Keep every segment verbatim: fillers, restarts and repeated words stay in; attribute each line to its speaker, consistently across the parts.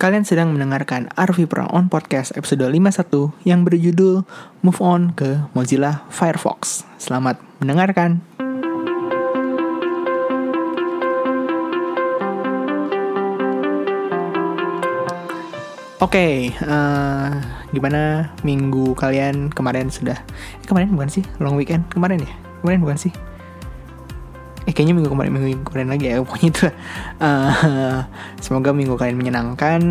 Speaker 1: Kalian sedang mendengarkan Arvi Pro On Podcast episode lima puluh satu yang berjudul Move On ke Mozilla Firefox. Selamat mendengarkan. Oke, okay, uh, gimana minggu kalian kemarin sudah? Eh, kemarin bukan sih? Long weekend kemarin ya? Kemarin bukan sih? Eh kayaknya minggu kemarin minggu kemarin lagi ya pokoknya itu. Uh, semoga minggu kalian menyenangkan.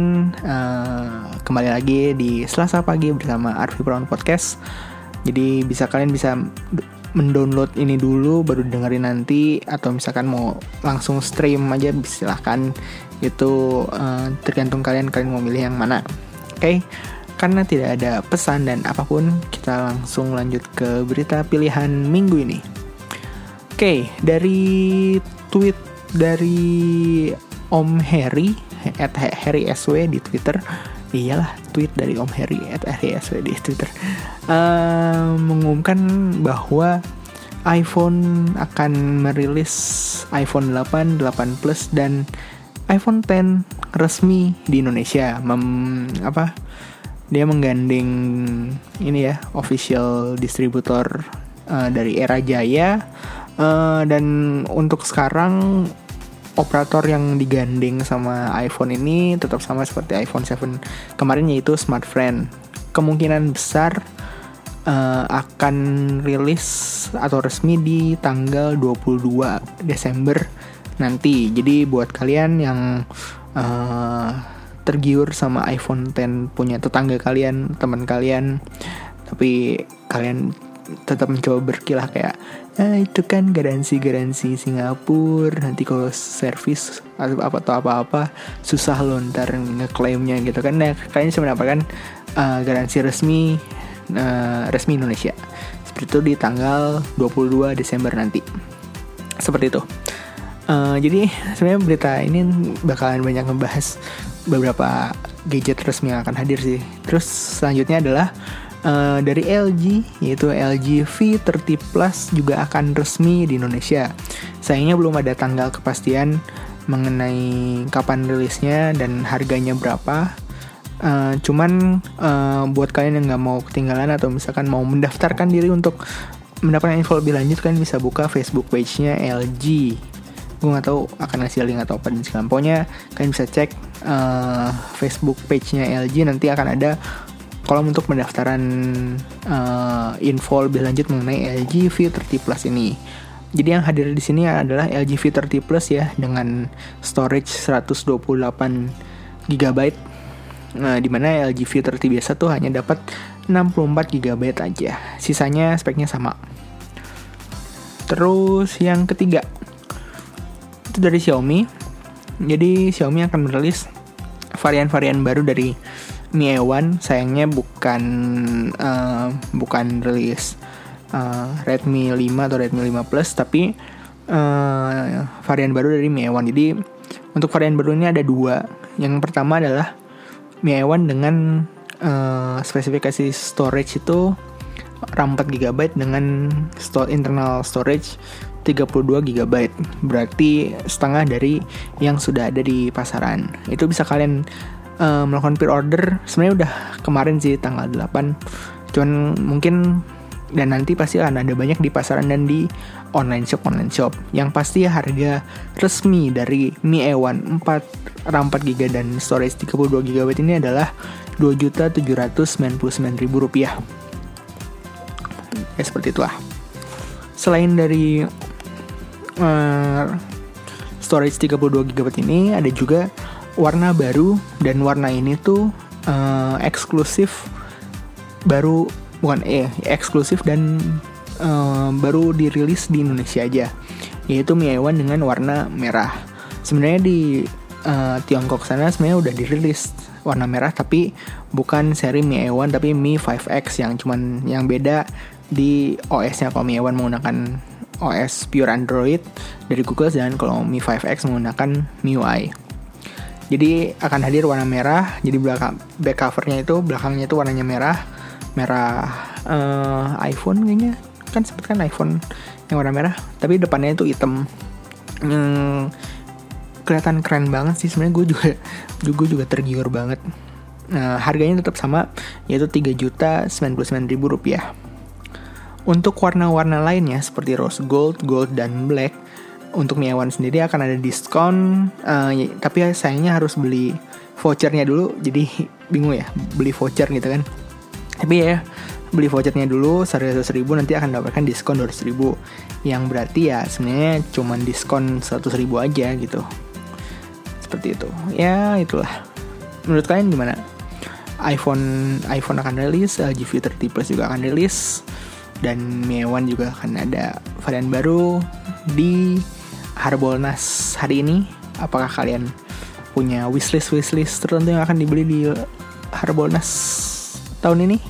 Speaker 1: Uh, kembali lagi di Selasa pagi bersama Arvi Pro On Podcast. Jadi bisa kalian bisa mendownload ini dulu baru dengerin nanti, atau misalkan mau langsung stream aja silahkan. Itu uh, tergantung kalian kalian mau milih yang mana. Oke, okay? Karena tidak ada pesan dan apapun, kita langsung lanjut ke berita pilihan minggu ini. Oke, okay, dari tweet dari Om Heri at Heri S W di Twitter. Iyalah, tweet dari Om Heri at Heri S W di Twitter uh, mengumumkan bahwa iPhone akan merilis iPhone delapan, delapan Plus dan iPhone X resmi di Indonesia. Mem, apa? Dia menggandeng ini ya, official distributor uh, dari Era Jaya. Uh, dan untuk sekarang operator yang digandeng sama iPhone ini tetap sama seperti iPhone tujuh kemarin, yaitu Smartfren. Kemungkinan besar uh, akan rilis atau resmi di tanggal dua puluh dua Desember nanti. Jadi buat kalian yang uh, tergiur sama iPhone X punya tetangga kalian, teman kalian, tapi kalian tetap mencoba berkilah kayak ah, itu kan garansi-garansi Singapura, nanti kalau servis atau apa atau apa-apa susah lo ntar ngeklaimnya gitu kan. Nah, kalian bisa mendapatkan uh, garansi resmi uh, resmi Indonesia seperti itu di tanggal dua puluh dua Desember nanti. Seperti itu. Uh, jadi sebenarnya berita ini bakalan banyak ngebahas beberapa gadget resmi yang akan hadir sih. Terus selanjutnya adalah Uh, dari L G, yaitu L G V tiga puluh Plus juga akan resmi di Indonesia. Sayangnya belum ada tanggal kepastian mengenai kapan rilisnya dan harganya berapa. Uh, cuman uh, buat kalian yang nggak mau ketinggalan atau misalkan mau mendaftarkan diri untuk mendapatkan info lebih lanjut, kalian bisa buka Facebook page-nya L G. Gue nggak tahu akan ngasih link atau apa dan segala. Pokoknya kalian bisa cek uh, Facebook page-nya L G, nanti akan ada kolom untuk pendaftaran uh, info lebih lanjut mengenai L G V tiga puluh Plus ini. Jadi yang hadir di sini adalah L G V tiga puluh Plus ya, dengan storage seratus dua puluh delapan giga byte. Nah, di mana L G V tiga puluh biasa tuh hanya dapat enam puluh empat giga byte aja. Sisanya speknya sama. Terus yang ketiga itu dari Xiaomi. Jadi Xiaomi akan merilis varian-varian baru dari Mi A satu. Sayangnya bukan uh, bukan rilis uh, Redmi lima atau Redmi lima Plus, tapi uh, varian baru dari Mi A satu. Jadi untuk varian baru ini ada dua. Yang pertama adalah Mi A satu dengan uh, spesifikasi storage itu RAM empat giga byte dengan store, internal storage tiga puluh dua giga byte. Berarti setengah dari yang sudah ada di pasaran. Itu bisa kalian Uh, melakukan pre-order. Sebenarnya udah kemarin sih tanggal delapan. Cuman mungkin dan nanti pasti akan ada banyak di pasaran dan di online shop online shop. Yang pasti harga resmi dari Mi A satu empat RAM empat giga dan storage tiga puluh dua giga byte ini adalah dua juta tujuh ratus sembilan puluh sembilan ribu rupiah. Ya seperti itulah. Selain dari uh, storage tiga puluh dua giga byte ini, ada juga warna baru, dan warna ini tuh uh, eksklusif baru bukan eh eksklusif dan uh, baru dirilis di Indonesia aja, yaitu Mi A satu dengan warna merah. Sebenarnya di uh, Tiongkok sana sebenarnya udah dirilis warna merah, tapi bukan seri Mi A satu tapi Mi lima X, yang cuman yang beda di O S-nya. Kalau Mi A satu menggunakan O S pure Android dari Google, dan kalau Mi lima X menggunakan M I U I. Jadi akan hadir warna merah. Jadi belakang back covernya itu belakangnya itu warnanya merah, merah uh, iPhone kayaknya kan sempet kan iPhone yang warna merah. Tapi depannya itu hitam. Hmm, kelihatan keren banget sih. Sebenarnya gue juga juga juga tergiur banget. Nah, harganya tetap sama, yaitu tiga juta sembilan puluh sembilan ribu rupiah. Untuk warna-warna lainnya seperti rose gold, gold, dan black, untuk Mi A satu sendiri akan ada diskon, uh, y- tapi sayangnya harus beli vouchernya dulu. Jadi bingung ya, beli voucher gitu kan. Tapi ya, beli vouchernya dulu seratus ribu, nanti akan dapatkan diskon dua ratus ribu. Yang berarti ya sebenarnya cuman diskon seratus ribu aja gitu. Seperti itu. Ya itulah. Menurut kalian gimana? iPhone iPhone akan rilis, L G V tiga puluh Plus juga akan rilis, dan Mi A satu juga akan ada varian baru di Harbolnas hari ini. Apakah kalian punya wishlist wishlist tertentu yang akan dibeli di Harbolnas tahun ini?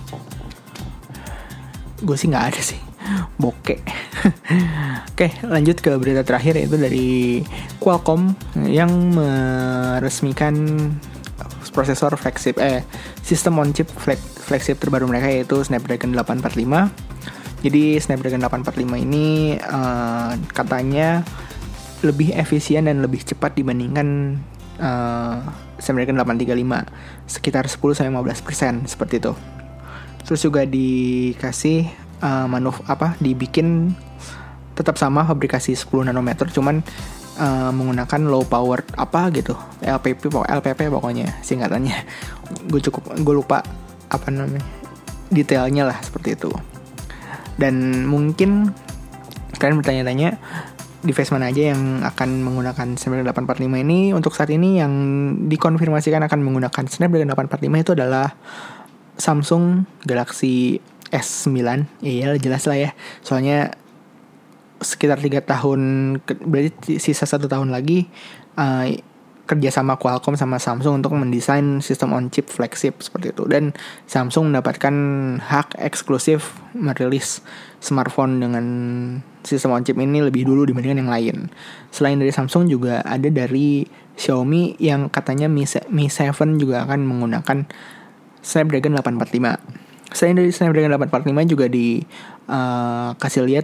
Speaker 1: Gue sih nggak ada sih, bokeh. Oke, lanjut ke berita terakhir, yaitu dari Qualcomm yang meresmikan prosesor flagship eh sistem on chip flag, flagship terbaru mereka, yaitu Snapdragon delapan empat lima. Jadi Snapdragon delapan empat lima ini uh, katanya lebih efisien dan lebih cepat dibandingkan uh, Snapdragon delapan tiga lima, sekitar sepuluh sampai lima belas persen seperti itu. Terus juga dikasih uh, manuf apa dibikin tetap sama fabrikasi sepuluh nanometer, cuman Uh, menggunakan low power apa gitu, L P P L P P pokoknya singkatannya. Gue cukup gue lupa apa namanya detailnya lah, seperti itu. Dan mungkin kalian bertanya-tanya device mana aja yang akan menggunakan Snapdragon delapan empat lima ini. Untuk saat ini yang dikonfirmasikan akan menggunakan Snapdragon delapan empat lima itu adalah Samsung Galaxy S sembilan. Iya jelas lah ya, soalnya sekitar tiga tahun, berarti sisa satu tahun lagi uh, kerja sama Qualcomm sama Samsung untuk mendesain sistem on chip flagship seperti itu. Dan Samsung mendapatkan hak eksklusif merilis smartphone dengan sistem on chip ini lebih dulu dibandingkan yang lain. Selain dari Samsung juga ada dari Xiaomi yang katanya Mi tujuh juga akan menggunakan Snapdragon delapan empat lima. Selain dari Snapdragon delapan empat lima juga dikasih uh, lihat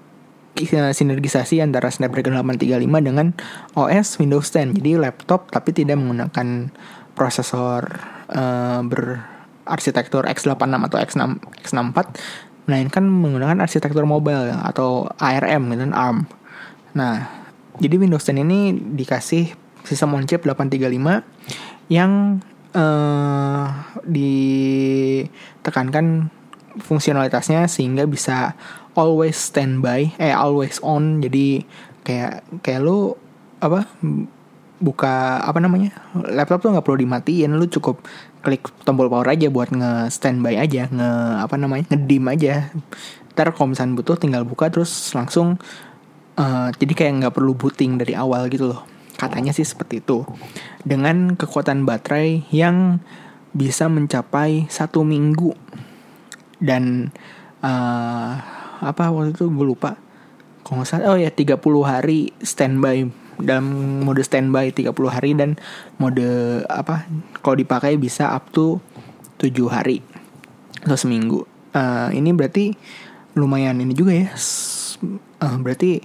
Speaker 1: sinergisasi antara Snapdragon delapan tiga lima dengan O S Windows sepuluh. Jadi laptop tapi tidak menggunakan prosesor uh, berarsitektur X delapan enam atau X enam, X enam empat, melainkan menggunakan arsitektur mobile atau A R M dan A R M. Nah, jadi Windows sepuluh ini dikasih sistem on chip delapan tiga lima yang uh, ditekankan fungsionalitasnya sehingga bisa always standby, eh always on. Jadi kayak kayak lu apa buka apa namanya laptop tuh nggak perlu dimatiin, lu cukup klik tombol power aja buat nge standby aja, nge apa namanya ngedim aja. Ntar kalau misalnya butuh tinggal buka terus langsung. Uh, jadi kayak nggak perlu booting dari awal gitu loh. Katanya sih seperti itu. Dengan kekuatan baterai yang bisa mencapai satu minggu dan uh, apa waktu itu gue lupa, kalau nggak salah oh ya tiga puluh hari standby, dalam mode standby tiga puluh hari, dan mode apa kalau dipakai bisa up to tujuh hari atau seminggu. Uh, ini berarti lumayan ini juga ya. Uh, berarti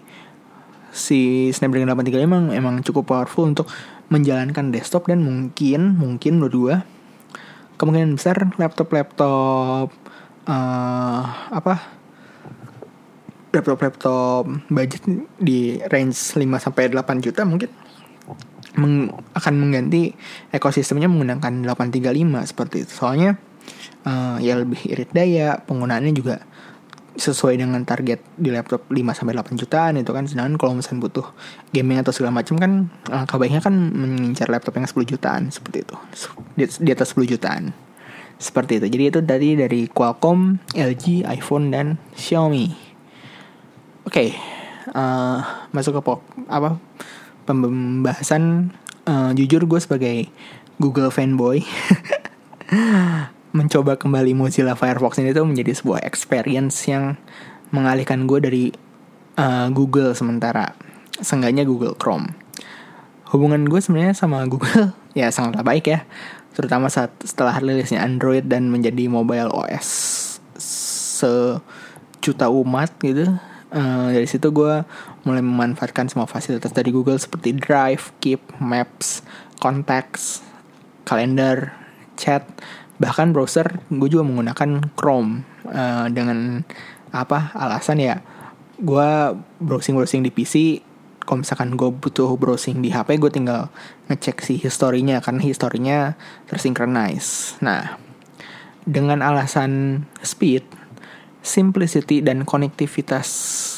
Speaker 1: si Snapdragon delapan tiga lima emang, emang cukup powerful untuk menjalankan desktop, dan mungkin mungkin menurut gue kemungkinan besar laptop-laptop uh, apa laptop-laptop budget di range lima sampai delapan juta mungkin meng, akan mengganti ekosistemnya menggunakan delapan tiga lima seperti itu. Soalnya uh, ya lebih irit daya, penggunaannya juga sesuai dengan target di laptop lima sampai delapan jutaan itu kan. Sedangkan kalau misalnya butuh gaming atau segala macam kan langkah baiknya kan mengincar laptop yang sepuluh jutaan seperti itu, di, di atas sepuluh jutaan seperti itu. Jadi itu tadi dari Qualcomm, L G, iPhone, dan Xiaomi. Oke, okay, uh, masuk ke pop, apa pembahasan. Uh, jujur gue sebagai Google fanboy mencoba kembali Mozilla Firefox ini tuh menjadi sebuah experience yang mengalihkan gue dari uh, Google sementara, seenggaknya Google Chrome. Hubungan gue sebenarnya sama Google ya sangatlah baik ya, terutama saat setelah rilisnya Android dan menjadi mobile O S sejuta umat gitu. Uh, dari situ gue mulai memanfaatkan semua fasilitas dari Google seperti Drive, Keep, Maps, Contacts, Calendar, Chat. Bahkan browser gue juga menggunakan Chrome uh, dengan apa alasan ya gue browsing-browsing di P C. Kalau misalkan gue butuh browsing di H P, gue tinggal ngecek si historinya karena historinya tersinkronize. Nah, dengan alasan speed, simplicity dan konektivitas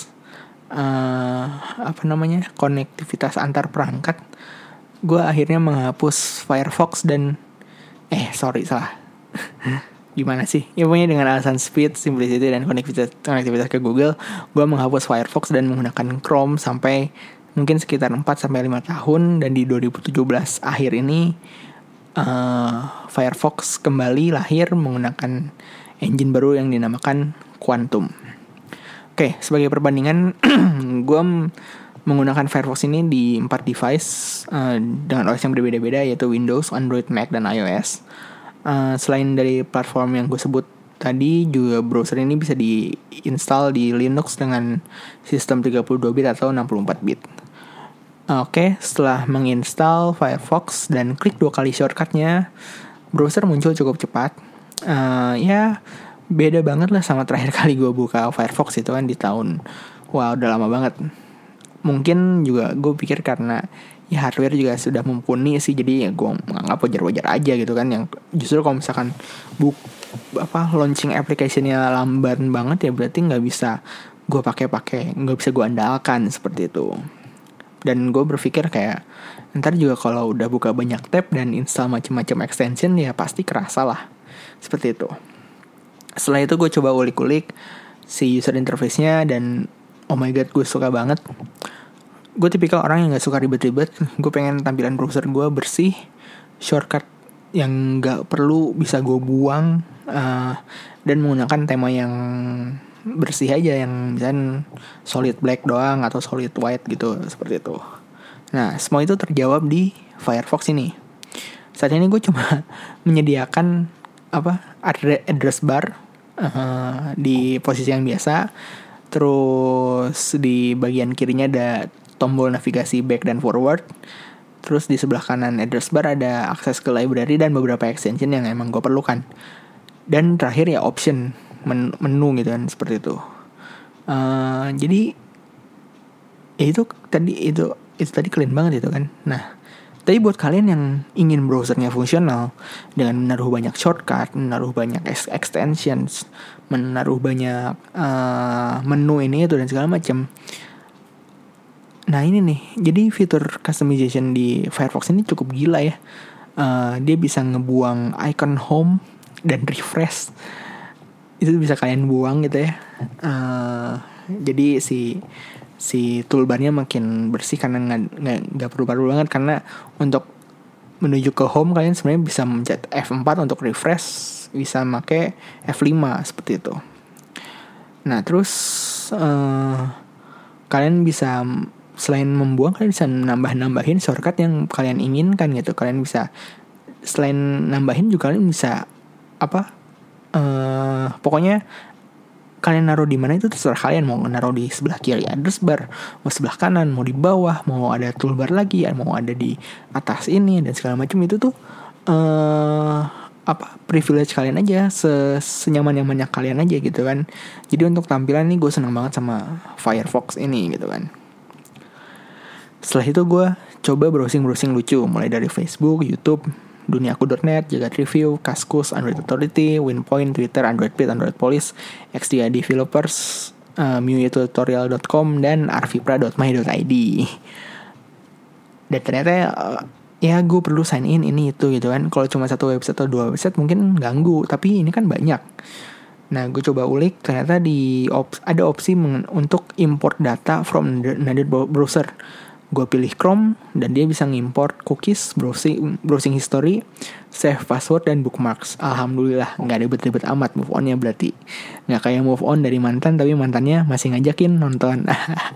Speaker 1: uh, apa namanya konektivitas antar perangkat, gue akhirnya menghapus Firefox dan eh sorry salah gimana sih? Ya pokoknya dengan alasan speed, simplicity dan konektivitas konektivitas ke Google, gue menghapus Firefox dan menggunakan Chrome sampai mungkin sekitar empat sampai lima tahun. Dan di dua ribu tujuh belas akhir ini uh, Firefox kembali lahir menggunakan engine baru yang dinamakan Quantum. Oke, sebagai perbandingan gue menggunakan Firefox ini di empat device uh, dengan O S yang berbeda-beda, yaitu Windows, Android, Mac, dan iOS. Uh, selain dari platform yang gue sebut tadi, juga browser ini bisa diinstal di Linux dengan sistem tiga puluh dua bit atau enam puluh empat bit. Oke, setelah menginstal Firefox dan klik dua kali shortcutnya, browser muncul cukup cepat. Uh, ya, beda banget lah sama terakhir kali gue buka Firefox itu kan di tahun, wah udah lama banget. Mungkin juga gue pikir karena ya hardware juga sudah mumpuni sih, jadi ya gue menganggap wajar-wajar aja gitu kan. Yang justru kalau misalkan buk apa launching application-nya lamban banget ya berarti nggak bisa gue pakai-pakai, nggak bisa gue andalkan seperti itu. Dan gue berpikir kayak ntar juga kalau udah buka banyak tab dan install macam-macam extension ya pasti kerasa lah seperti itu. Setelah itu gue coba ulik-ulik si user interface-nya dan oh my god gue suka banget. Gue tipikal orang yang gak suka ribet-ribet. Gue pengen tampilan browser gue bersih, shortcut yang gak perlu bisa gue buang, uh, dan menggunakan tema yang bersih aja, yang misalnya solid black doang atau solid white gitu, seperti itu. Nah, semua itu terjawab di Firefox ini. Saat ini gue cuma menyediakan apa address bar uh, di posisi yang biasa. Terus di bagian kirinya ada tombol navigasi back dan forward. Terus di sebelah kanan address bar ada akses ke library dan beberapa extension yang emang gue perlukan. Dan terakhir ya option men- menu gitu kan, seperti itu. Uh, jadi ya itu tadi itu itu tadi clean banget itu kan. Nah, tapi buat kalian yang ingin browsernya fungsional dengan menaruh banyak shortcut, menaruh banyak extensions, menaruh banyak uh, menu ini itu dan segala macam. Nah ini nih, jadi fitur customization di Firefox ini cukup gila ya. Uh, dia bisa ngebuang icon home dan refresh. Itu bisa kalian buang gitu ya. Uh, jadi si si toolbarnya makin bersih karena nggak nggak nggak perlu-perlu banget, karena untuk menuju ke home kalian sebenarnya bisa mencet F four untuk refresh, bisa pakai F five seperti itu. Nah terus uh, kalian bisa selain membuang, kalian bisa nambah-nambahin shortcut yang kalian inginkan gitu. Kalian bisa selain nambahin juga kalian bisa apa uh, pokoknya kalian naruh di mana itu terserah kalian. Mau naruh di sebelah kiri address bar, mau sebelah kanan, mau di bawah, mau ada toolbar lagi, mau ada di atas ini dan segala macam. Itu tuh uh, apa privilege kalian aja, senyaman-nyamannya kalian aja gitu kan. Jadi untuk tampilan nih gue senang banget sama Firefox ini gitu kan. Setelah itu gue coba browsing-browsing lucu, mulai dari Facebook, YouTube, duniaku dot net, Jagat Review, Kaskus, Android Authority, Winpoint, Twitter, Android Pit, Android Police, X D I Developers, uh, miu tutorial dot com, dan arvipra dot my dot i d. Dan ternyata uh, ya gue perlu sign in ini itu gitu kan. Kalau cuma satu website atau dua website mungkin ganggu, tapi ini kan banyak. Nah gue coba ulik, ternyata di op- ada opsi meng- untuk import data from another browser. Gue pilih Chrome dan dia bisa ngimport cookies, browsing browsing history, save password dan bookmarks. Alhamdulillah nggak ribet-ribet amat move onnya, berarti nggak kayak move on dari mantan tapi mantannya masih ngajakin nonton.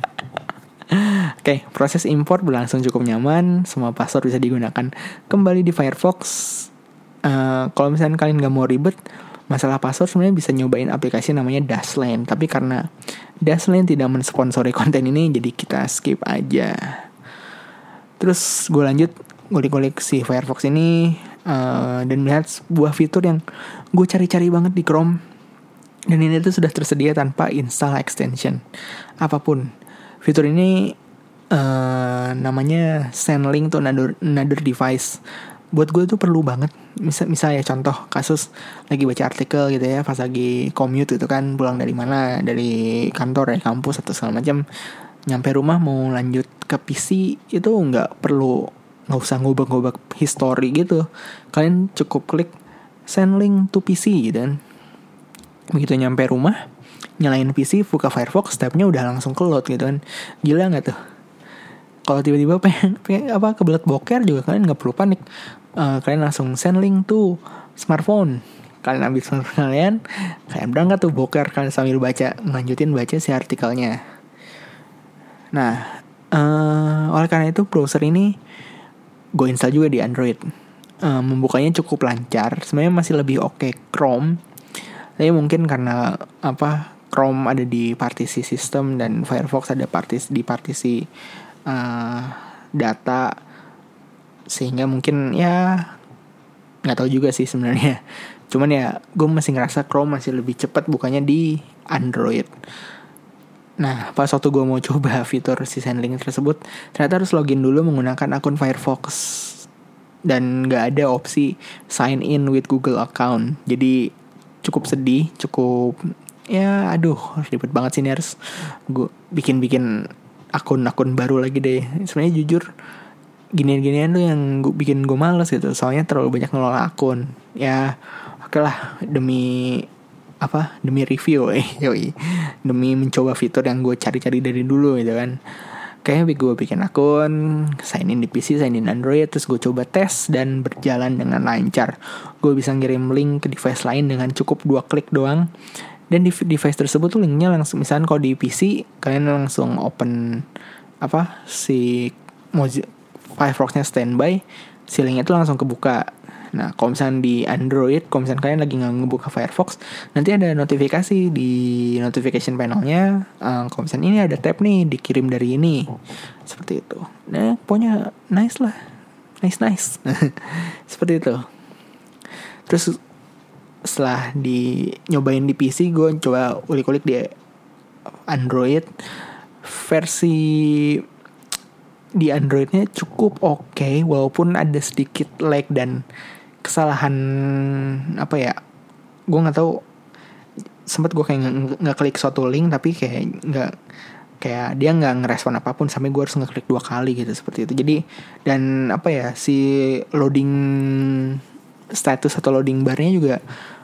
Speaker 1: Oke, okay, proses import berlangsung cukup nyaman. Semua password bisa digunakan kembali di Firefox. Uh, kalau misalnya kalian nggak mau ribet masalah password, sebenarnya bisa nyobain aplikasi namanya Dashlane. Tapi karena Dashlane tidak mensponsori konten ini, jadi kita skip aja. Terus gue lanjut ngulik-ngulik si Firefox ini uh, dan melihat sebuah fitur yang gue cari-cari banget di Chrome. Dan ini tuh sudah tersedia tanpa install extension apapun. Fitur ini uh, namanya send link to another, another device. Buat gue tuh perlu banget. Misal, misal ya contoh kasus lagi baca artikel gitu ya, pas lagi commute gitu kan, pulang dari mana, dari kantor, dari kampus atau segala macam, nyampe rumah mau lanjut ke P C itu nggak perlu, nggak usah ngubah-ngubah history gitu. Kalian cukup klik send link to P C gitu kan. Begitu nyampe rumah, nyalain P C, buka Firefox, tabnya udah langsung ke load gitu kan. Gila nggak tuh? Kalau tiba-tiba pengen, pengen apa kebelet boker juga kalian nggak perlu panik. Uh, kalian langsung send link to smartphone. Kalian ambil smartphone kalian, kalian berangkat tuh boker, kalian sambil baca, lanjutin baca si artikelnya. Nah, uh, oleh karena itu browser ini gue install juga di Android. Uh, membukanya cukup lancar. Sebenarnya masih lebih oke okay Chrome. Tapi mungkin karena apa, Chrome ada di partisi sistem dan Firefox ada partisi di partisi uh, data, sehingga mungkin ya nggak tahu juga sih sebenarnya. Cuman ya gue masih ngerasa Chrome masih lebih cepat bukanya di Android. Nah, pas waktu gue mau coba fitur si send link tersebut, ternyata harus login dulu menggunakan akun Firefox. Dan gak ada opsi sign in with Google account. Jadi cukup sedih, cukup ya aduh ribet banget sih, ini harus gue bikin-bikin akun-akun baru lagi deh. Sebenarnya jujur ginian-ginian tuh yang gue bikin gue males gitu. Soalnya terlalu banyak ngelola akun. Ya oke lah, demi apa demi review eh yoi demi mencoba fitur yang gue cari-cari dari dulu gitu kan. Kayaknya gue bikin akun, sign in di P C, sign in Android, terus gue coba tes dan berjalan dengan lancar. Gue bisa ngirim link ke device lain dengan cukup dua klik doang. Dan di device tersebut tuh linknya langsung, misalnya kalau di P C kalian langsung open apa si Mozilla Firefox-nya standby, si linknya tuh langsung kebuka. Nah, kalau misalnya di Android, kalau misalnya kalian lagi nggak ngebuka Firefox, nanti ada notifikasi di notification panelnya. Uh, kalau misalnya ini ada tab nih, dikirim dari ini, seperti itu. Nah, pokoknya nice lah, nice nice, seperti itu. Terus setelah di nyobain di P C, gue coba ulik-ulik di Android. Versi di Androidnya cukup oke, okay, walaupun ada sedikit lag dan kesalahan apa ya, gue nggak tahu, sempat gue kayak nggak klik suatu link tapi kayak nggak, kayak dia nggak ngerespon apapun sampai gue harus ngeklik dua kali gitu, seperti itu. Jadi dan apa ya, si loading status atau loading barnya juga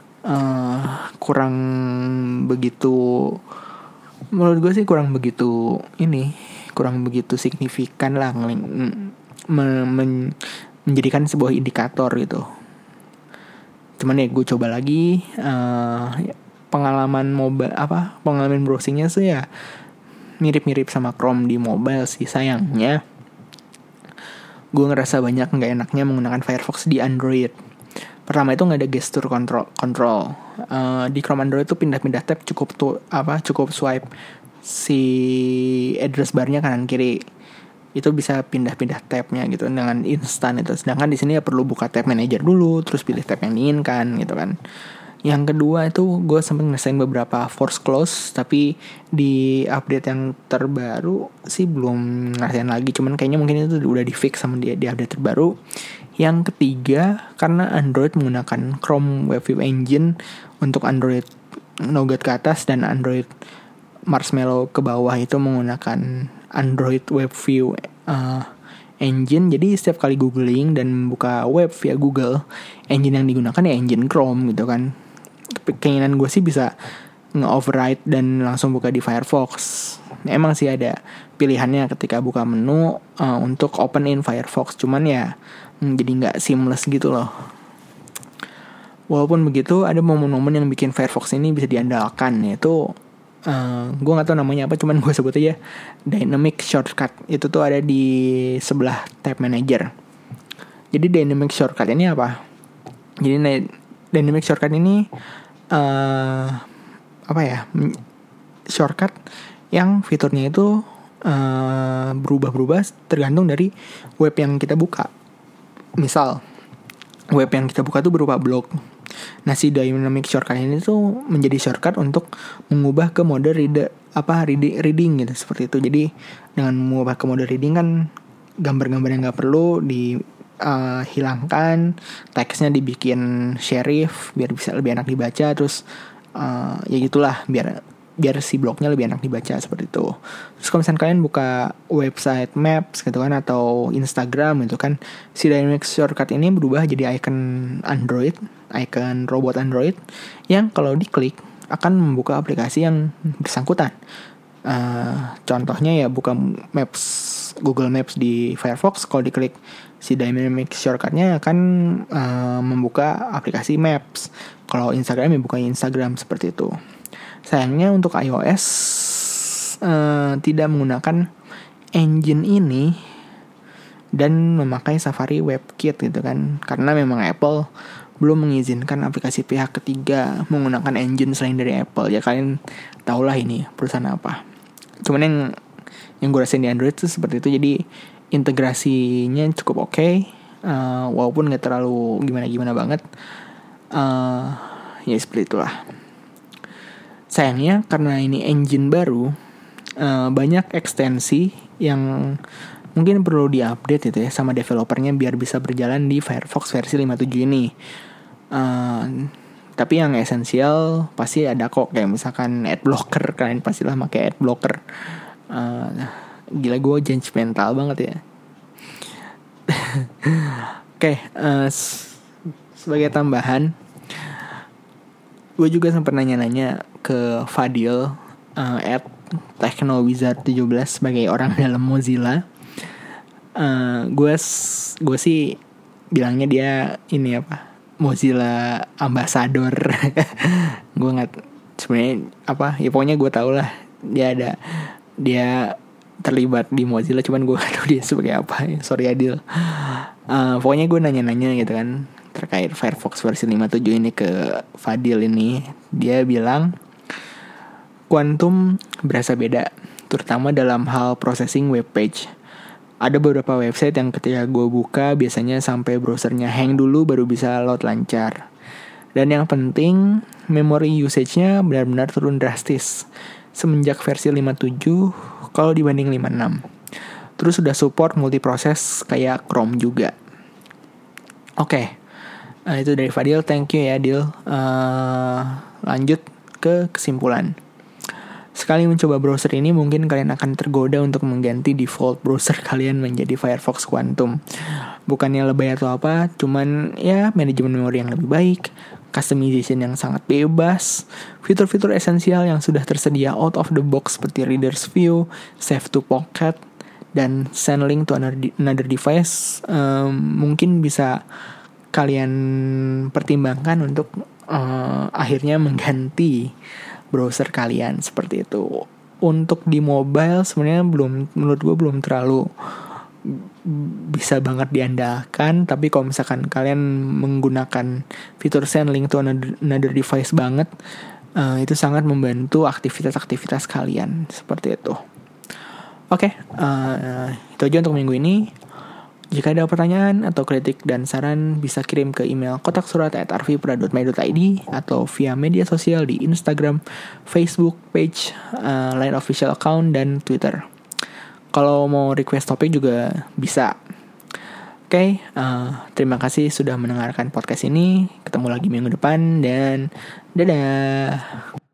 Speaker 1: uh, kurang begitu, menurut gue sih kurang begitu ini kurang begitu signifikan lah, men- men- menjadikan sebuah indikator gitu. Cuman ya gue coba lagi, uh, pengalaman mobile apa pengalaman browsingnya sih ya mirip-mirip sama Chrome di mobile sih. Sayangnya gue ngerasa banyak nggak enaknya menggunakan Firefox di Android. Pertama itu nggak ada gesture control. control. Uh, di Chrome Android tuh pindah-pindah tab cukup tuh apa cukup swipe si address barnya kanan kiri, itu bisa pindah-pindah tabnya gitu dengan instan itu. Sedangkan di sini ya perlu buka tab manager dulu, terus pilih tab yang diinginkan gitu kan. Yang kedua itu gue sempat ngerasain beberapa force close, tapi di update yang terbaru sih belum ngerasain lagi. Cuman kayaknya mungkin itu udah di fix sama dia di update terbaru. Yang ketiga, karena Android menggunakan Chrome Web View Engine untuk Android Nougat ke atas dan Android Marshmallow ke bawah itu menggunakan Android Web View uh, Engine. Jadi setiap kali googling dan buka web via Google, engine yang digunakan ya engine Chrome gitu kan. Keinginan gue sih bisa nge-override dan langsung buka di Firefox. Emang sih ada pilihannya ketika buka menu uh, untuk open in Firefox, cuman ya hmm, jadi gak seamless gitu loh. Walaupun begitu, ada momen-momen yang bikin Firefox ini bisa diandalkan, yaitu Uh, gue gak tahu namanya apa, cuman gue sebut aja Dynamic Shortcut. Itu tuh ada di sebelah tab manager. Jadi Dynamic Shortcut ini apa? Jadi Dynamic Shortcut ini uh, apa ya, shortcut yang fiturnya itu uh, berubah-berubah tergantung dari web yang kita buka. Misal web yang kita buka tuh berupa blog. Nah, si dynamic shortcut ini tuh menjadi shortcut untuk mengubah ke mode read apa reading, reading gitu seperti itu. Jadi dengan mengubah ke mode reading kan gambar-gambar yang nggak perlu dihilangkan, uh, teksnya dibikin serif biar bisa lebih enak dibaca. Terus uh, ya gitulah biar biar si blognya lebih enak dibaca seperti itu. Terus kalau misalnya kalian buka website Maps gitu kan atau Instagram gitu kan, si dynamic shortcut ini berubah jadi icon Android, icon robot Android yang kalau diklik akan membuka aplikasi yang bersangkutan. Uh, contohnya ya buka Maps, Google Maps di Firefox, kalau diklik si dynamic shortcutnya akan uh, membuka aplikasi Maps. Kalau Instagram ya buka Instagram seperti itu. Sayangnya untuk iOS uh, tidak menggunakan engine ini dan memakai Safari WebKit gitu kan, karena memang Apple belum mengizinkan aplikasi pihak ketiga menggunakan engine selain dari Apple. Ya kalian tahulah ini perusahaan apa. Cuman yang yang gue rasain di Android tuh seperti itu. Jadi integrasinya cukup oke, okay, uh, walaupun nggak terlalu gimana-gimana banget. Uh, ya seperti itulah. Sayangnya karena ini engine baru, uh, banyak ekstensi yang mungkin perlu diupdate gitu ya sama developernya biar bisa berjalan di Firefox versi lima puluh tujuh ini. Uh, tapi yang esensial pasti ada kok, kayak misalkan adblocker, kalian pastilah pakai adblocker. Uh, gila gue judgmental banget ya. Oke, okay, uh, sebagai tambahan, gue juga sempat nanya-nanya ke Fadil uh, at technowizard tujuh belas sebagai orang dalam Mozilla. Uh, gue gue sih bilangnya dia ini apa, Mozilla ambassador. Gue nggak sebenarnya apa ya, pokoknya gue tau lah dia ada dia terlibat di Mozilla, cuman gue gak tahu dia sebagai apa. Sorry Adil. Uh, pokoknya gue nanya-nanya gitu kan terkait Firefox versi lima puluh tujuh ini ke Fadil ini. Dia bilang Quantum berasa beda, terutama dalam hal processing web page. Ada beberapa website yang ketika gue buka biasanya sampai browsernya hang dulu baru bisa load lancar. Dan yang penting, memory usage-nya benar-benar turun drastis semenjak versi lima puluh tujuh kalau dibanding lima puluh enam. Terus sudah support multiproses kayak Chrome juga. Oke, okay. Nah, itu dari Fadil, thank you ya Dil. Uh, lanjut ke kesimpulan. Sekali mencoba browser ini, mungkin kalian akan tergoda untuk mengganti default browser kalian menjadi Firefox Quantum. Bukannya lebay atau apa, cuman ya manajemen memori yang lebih baik, customization yang sangat bebas, fitur-fitur esensial yang sudah tersedia out of the box seperti Reader's View, Save to Pocket, dan Send Link to another device um, mungkin bisa kalian pertimbangkan untuk uh, akhirnya mengganti browser kalian seperti itu. Untuk di mobile sebenarnya belum, menurut gue belum terlalu bisa banget diandalkan. Tapi kalau misalkan kalian menggunakan fitur Send Link to another device banget, uh, itu sangat membantu aktivitas-aktivitas kalian seperti itu. Oke, okay, uh, itu aja untuk minggu ini. Jika ada pertanyaan atau kritik dan saran, bisa kirim ke email kotak surat at arvipra dot my dot i d atau via media sosial di Instagram, Facebook page, uh, Line official account, dan Twitter. Kalau mau request topik juga bisa. Oke, okay, uh, terima kasih sudah mendengarkan podcast ini. Ketemu lagi minggu depan dan dadah.